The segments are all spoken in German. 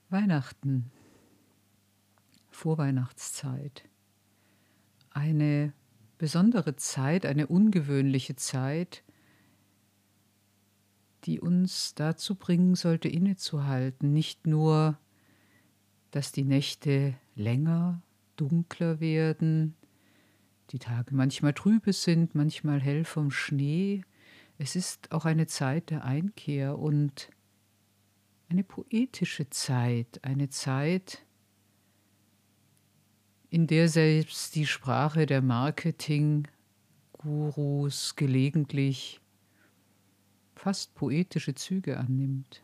Weihnachten, Vorweihnachtszeit. Eine besondere Zeit, eine ungewöhnliche Zeit, die uns dazu bringen sollte, innezuhalten. Nicht nur, dass die Nächte länger, dunkler werden, die Tage manchmal trübe sind, manchmal hell vom Schnee. Es ist auch eine Zeit der Einkehr und eine poetische Zeit, eine Zeit, in der selbst die Sprache der Marketing-Gurus gelegentlich fast poetische Züge annimmt.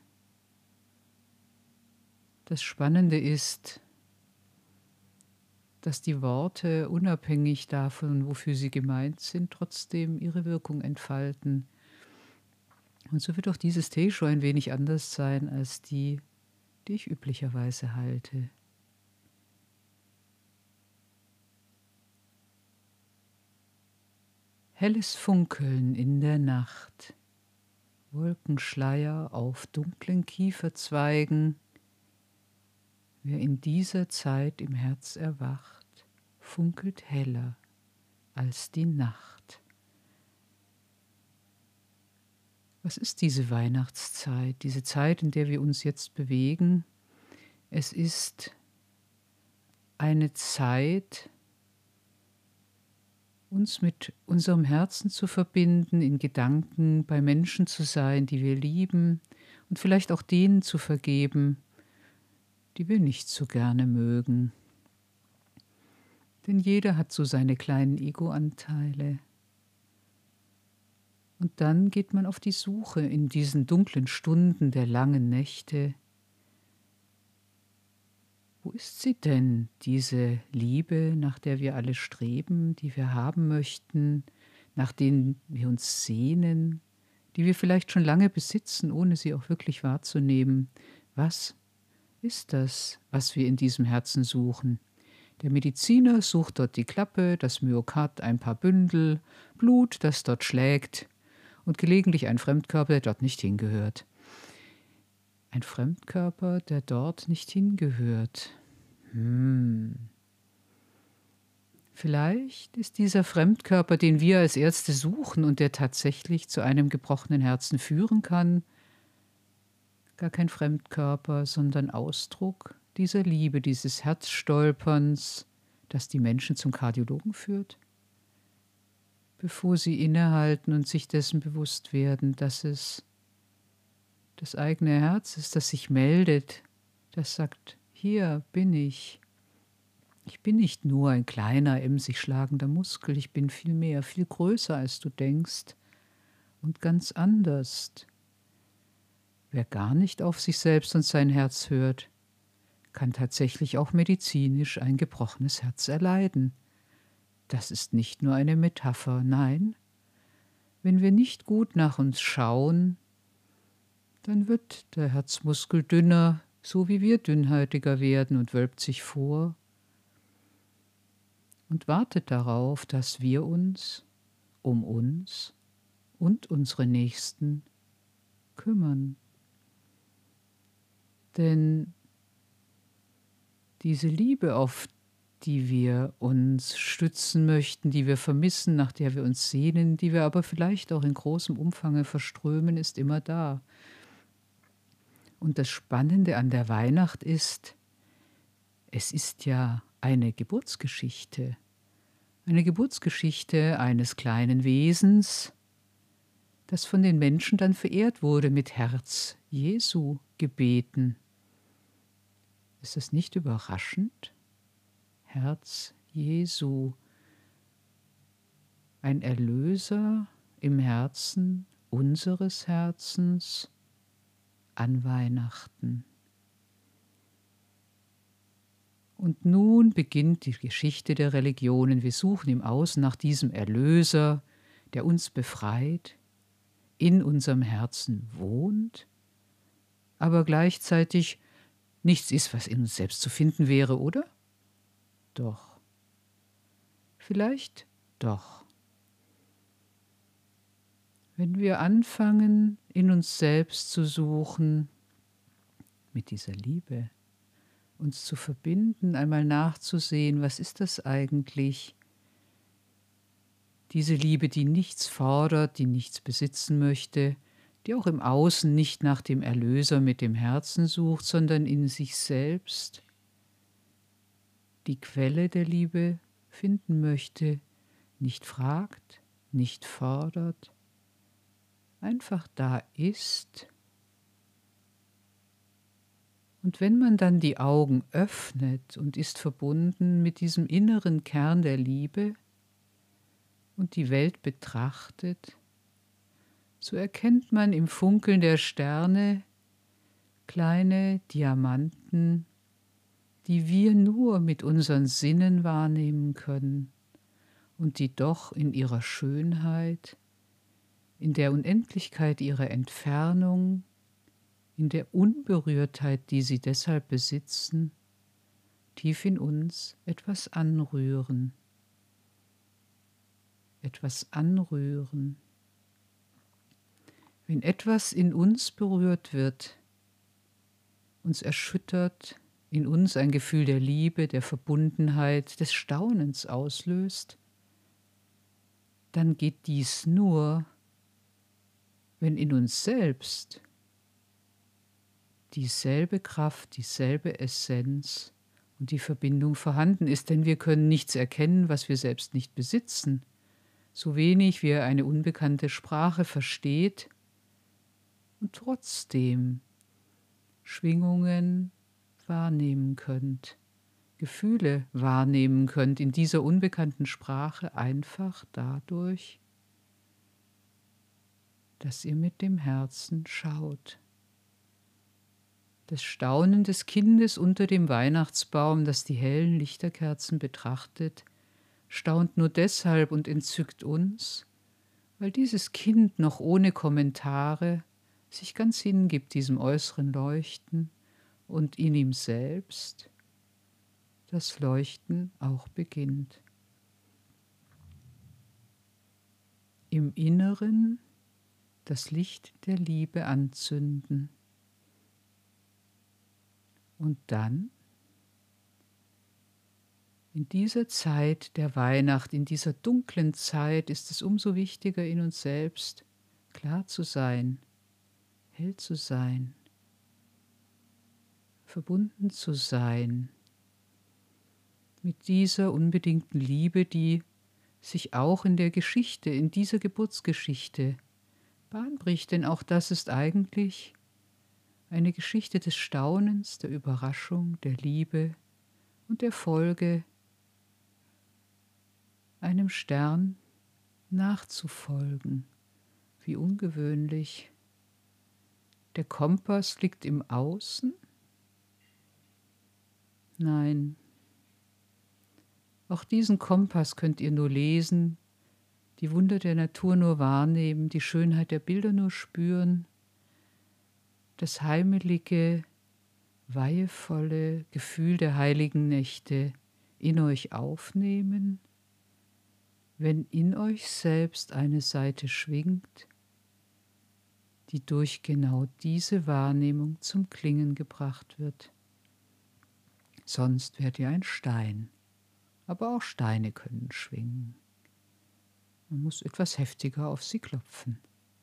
Das Spannende ist, dass die Worte, unabhängig davon, wofür sie gemeint sind, trotzdem ihre Wirkung entfalten. Und so wird auch dieses Teeshow ein wenig anders sein als die, die ich üblicherweise halte. Helles Funkeln in der Nacht, Wolkenschleier auf dunklen Kieferzweigen. Wer in dieser Zeit im Herz erwacht, funkelt heller als die Nacht. Was ist diese Weihnachtszeit, diese Zeit, in der wir uns jetzt bewegen? Es ist eine Zeit, uns mit unserem Herzen zu verbinden, in Gedanken bei Menschen zu sein, die wir lieben und vielleicht auch denen zu vergeben, die wir nicht so gerne mögen. Denn jeder hat so seine kleinen Ego-Anteile. Und dann geht man auf die Suche in diesen dunklen Stunden der langen Nächte. Wo ist sie denn, diese Liebe, nach der wir alle streben, die wir haben möchten, nach denen wir uns sehnen, die wir vielleicht schon lange besitzen, ohne sie auch wirklich wahrzunehmen? Was ist das, was wir in diesem Herzen suchen? Der Mediziner sucht dort die Klappe, das Myokard, ein paar Bündel, Blut, das dort schlägt und gelegentlich ein Fremdkörper, der dort nicht hingehört. Ein Fremdkörper, der dort nicht hingehört. Vielleicht ist dieser Fremdkörper, den wir als Ärzte suchen und der tatsächlich zu einem gebrochenen Herzen führen kann, gar kein Fremdkörper, sondern Ausdruck dieser Liebe, dieses Herzstolperns, das die Menschen zum Kardiologen führt, bevor sie innehalten und sich dessen bewusst werden, dass es das eigene Herz ist, das sich meldet, das sagt, hier bin ich. Ich bin nicht nur ein kleiner, emsig schlagender Muskel, ich bin viel mehr, viel größer, als du denkst und ganz anders. Wer gar nicht auf sich selbst und sein Herz hört, kann tatsächlich auch medizinisch ein gebrochenes Herz erleiden. Das ist nicht nur eine Metapher, nein. Wenn wir nicht gut nach uns schauen, dann wird der Herzmuskel dünner, so wie wir dünnhäutiger werden und wölbt sich vor und wartet darauf, dass wir uns um uns und unsere Nächsten kümmern. Denn diese Liebe, auf die wir uns stützen möchten, die wir vermissen, nach der wir uns sehnen, die wir aber vielleicht auch in großem Umfang verströmen, ist immer da. Und das Spannende an der Weihnacht ist, es ist ja eine Geburtsgeschichte eines kleinen Wesens, das von den Menschen dann verehrt wurde mit Herz Jesu gebeten. Ist das nicht überraschend? Herz Jesu, ein Erlöser im Herzen unseres Herzens an Weihnachten. Und nun beginnt die Geschichte der Religionen. Wir suchen im Außen nach diesem Erlöser, der uns befreit, in unserem Herzen wohnt, aber gleichzeitig nichts ist, was in uns selbst zu finden wäre, oder? Doch. Vielleicht doch. Wenn wir anfangen, in uns selbst zu suchen, mit dieser Liebe, uns zu verbinden, einmal nachzusehen, was ist das eigentlich? Diese Liebe, die nichts fordert, die nichts besitzen möchte, die auch im Außen nicht nach dem Erlöser mit dem Herzen sucht, sondern in sich selbst die Quelle der Liebe finden möchte, nicht fragt, nicht fordert, einfach da ist. Und wenn man dann die Augen öffnet und ist verbunden mit diesem inneren Kern der Liebe und die Welt betrachtet, so erkennt man im Funkeln der Sterne kleine Diamanten, die wir nur mit unseren Sinnen wahrnehmen können und die doch in ihrer Schönheit, in der Unendlichkeit ihrer Entfernung, in der Unberührtheit, die sie deshalb besitzen, tief in uns etwas anrühren. Etwas anrühren. Wenn etwas in uns berührt wird, uns erschüttert, in uns ein Gefühl der Liebe, der Verbundenheit, des Staunens auslöst, dann geht dies nur, wenn in uns selbst dieselbe Kraft, dieselbe Essenz und die Verbindung vorhanden ist, denn wir können nichts erkennen, was wir selbst nicht besitzen. So wenig wie er eine unbekannte Sprache versteht und trotzdem Schwingungen wahrnehmen könnt, Gefühle wahrnehmen könnt in dieser unbekannten Sprache einfach dadurch, dass ihr mit dem Herzen schaut. Das Staunen des Kindes unter dem Weihnachtsbaum, das die hellen Lichterkerzen betrachtet, staunt nur deshalb und entzückt uns, weil dieses Kind noch ohne Kommentare sich ganz hingibt diesem äußeren Leuchten und in ihm selbst das Leuchten auch beginnt. Im Inneren das Licht der Liebe anzünden. Und dann, in dieser Zeit der Weihnacht, in dieser dunklen Zeit, ist es umso wichtiger, in uns selbst klar zu sein, hell zu sein, verbunden zu sein mit dieser unbedingten Liebe, die sich auch in der Geschichte, in dieser Geburtsgeschichte Bahn bricht, denn auch das ist eigentlich eine Geschichte des Staunens, der Überraschung, der Liebe und der Folge, einem Stern nachzufolgen. Wie ungewöhnlich. Der Kompass liegt im Außen? Nein. Auch diesen Kompass könnt ihr nur lesen, die Wunder der Natur nur wahrnehmen, die Schönheit der Bilder nur spüren, das heimelige, weihevolle Gefühl der heiligen Nächte in euch aufnehmen, wenn in euch selbst eine Seite schwingt, die durch genau diese Wahrnehmung zum Klingen gebracht wird. Sonst wärt ihr ein Stein, aber auch Steine können schwingen. Man muss etwas heftiger auf sie klopfen.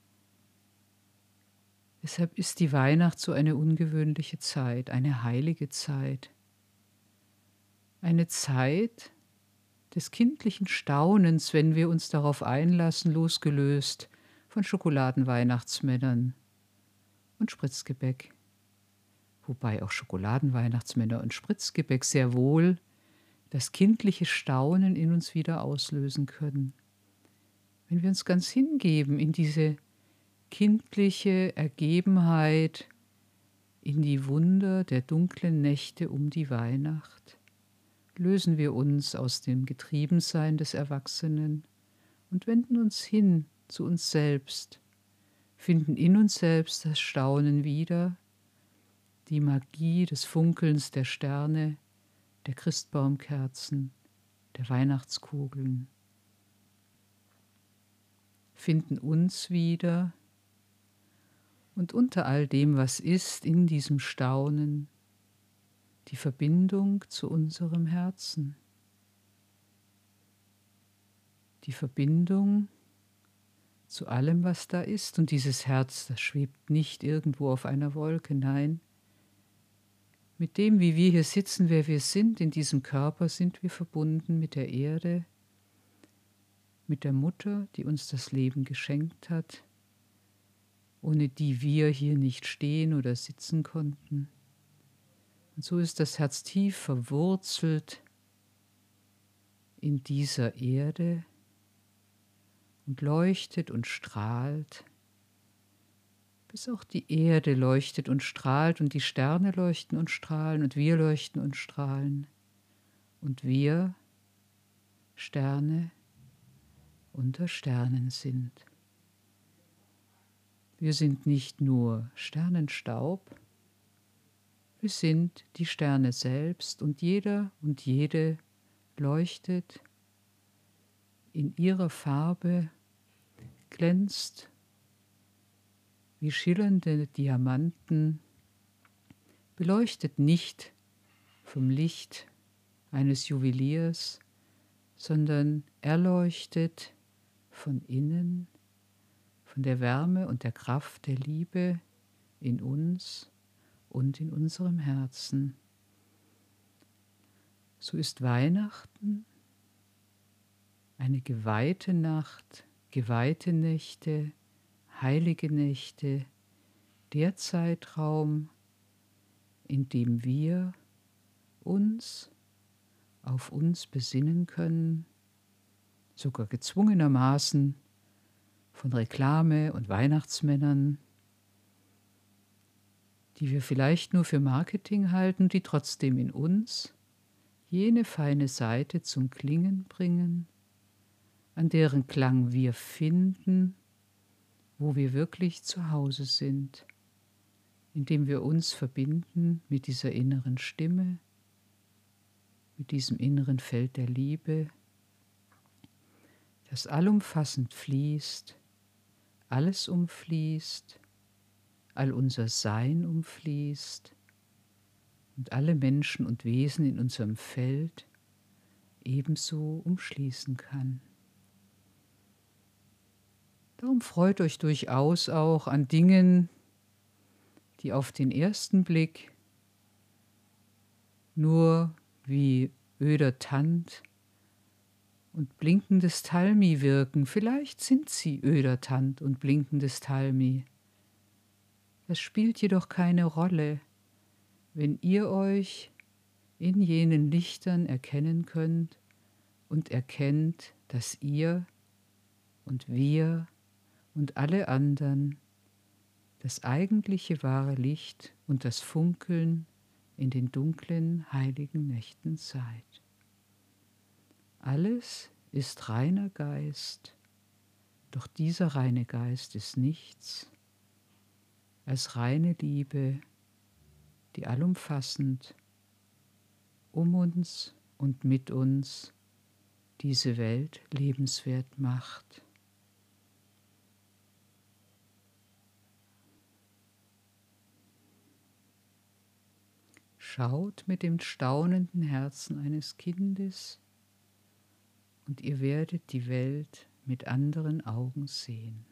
Deshalb ist die Weihnacht so eine ungewöhnliche Zeit, eine heilige Zeit. Eine Zeit des kindlichen Staunens, wenn wir uns darauf einlassen, losgelöst von Schokoladenweihnachtsmännern und Spritzgebäck. Wobei auch Schokoladenweihnachtsmänner und Spritzgebäck sehr wohl das kindliche Staunen in uns wieder auslösen können. Wenn wir uns ganz hingeben in diese kindliche Ergebenheit, in die Wunder der dunklen Nächte um die Weihnacht, lösen wir uns aus dem Getriebensein des Erwachsenen und wenden uns hin zu uns selbst, finden in uns selbst das Staunen wieder, die Magie des Funkelns der Sterne, der Christbaumkerzen, der Weihnachtskugeln, finden uns wieder und unter all dem, was ist, in diesem Staunen, die Verbindung zu unserem Herzen, die Verbindung zu allem, was da ist. Und dieses Herz, das schwebt nicht irgendwo auf einer Wolke, nein. Mit dem, wie wir hier sitzen, wer wir sind, in diesem Körper, sind wir verbunden mit der Erde, mit der Mutter, die uns das Leben geschenkt hat, ohne die wir hier nicht stehen oder sitzen konnten. Und so ist das Herz tief verwurzelt in dieser Erde und leuchtet und strahlt, bis auch die Erde leuchtet und strahlt und die Sterne leuchten und strahlen und wir leuchten und strahlen und wir Sterne unter Sternen sind. Wir sind nicht nur Sternenstaub, wir sind die Sterne selbst und jeder und jede leuchtet in ihrer Farbe, glänzt wie schillernde Diamanten, beleuchtet nicht vom Licht eines Juweliers, sondern erleuchtet von innen, von der Wärme und der Kraft der Liebe in uns und in unserem Herzen. So ist Weihnachten eine geweihte Nacht, geweihte Nächte, heilige Nächte, der Zeitraum, in dem wir uns auf uns besinnen können, sogar gezwungenermaßen von Reklame und Weihnachtsmännern, die wir vielleicht nur für Marketing halten, die trotzdem in uns jene feine Seite zum Klingen bringen, an deren Klang wir finden, wo wir wirklich zu Hause sind, indem wir uns verbinden mit dieser inneren Stimme, mit diesem inneren Feld der Liebe, das allumfassend fließt, alles umfließt, all unser Sein umfließt und alle Menschen und Wesen in unserem Feld ebenso umschließen kann. Darum freut euch durchaus auch an Dingen, die auf den ersten Blick nur wie öder Tand und blinkendes Talmi wirken. Vielleicht sind sie öder Tand und blinkendes Talmi. Das spielt jedoch keine Rolle, wenn ihr euch in jenen Lichtern erkennen könnt und erkennt, dass ihr und wir und alle anderen das eigentliche wahre Licht und das Funkeln in den dunklen, heiligen Nächten seid. Alles ist reiner Geist, doch dieser reine Geist ist nichts als reine Liebe, die allumfassend um uns und mit uns diese Welt lebenswert macht. Schaut mit dem staunenden Herzen eines Kindes und ihr werdet die Welt mit anderen Augen sehen.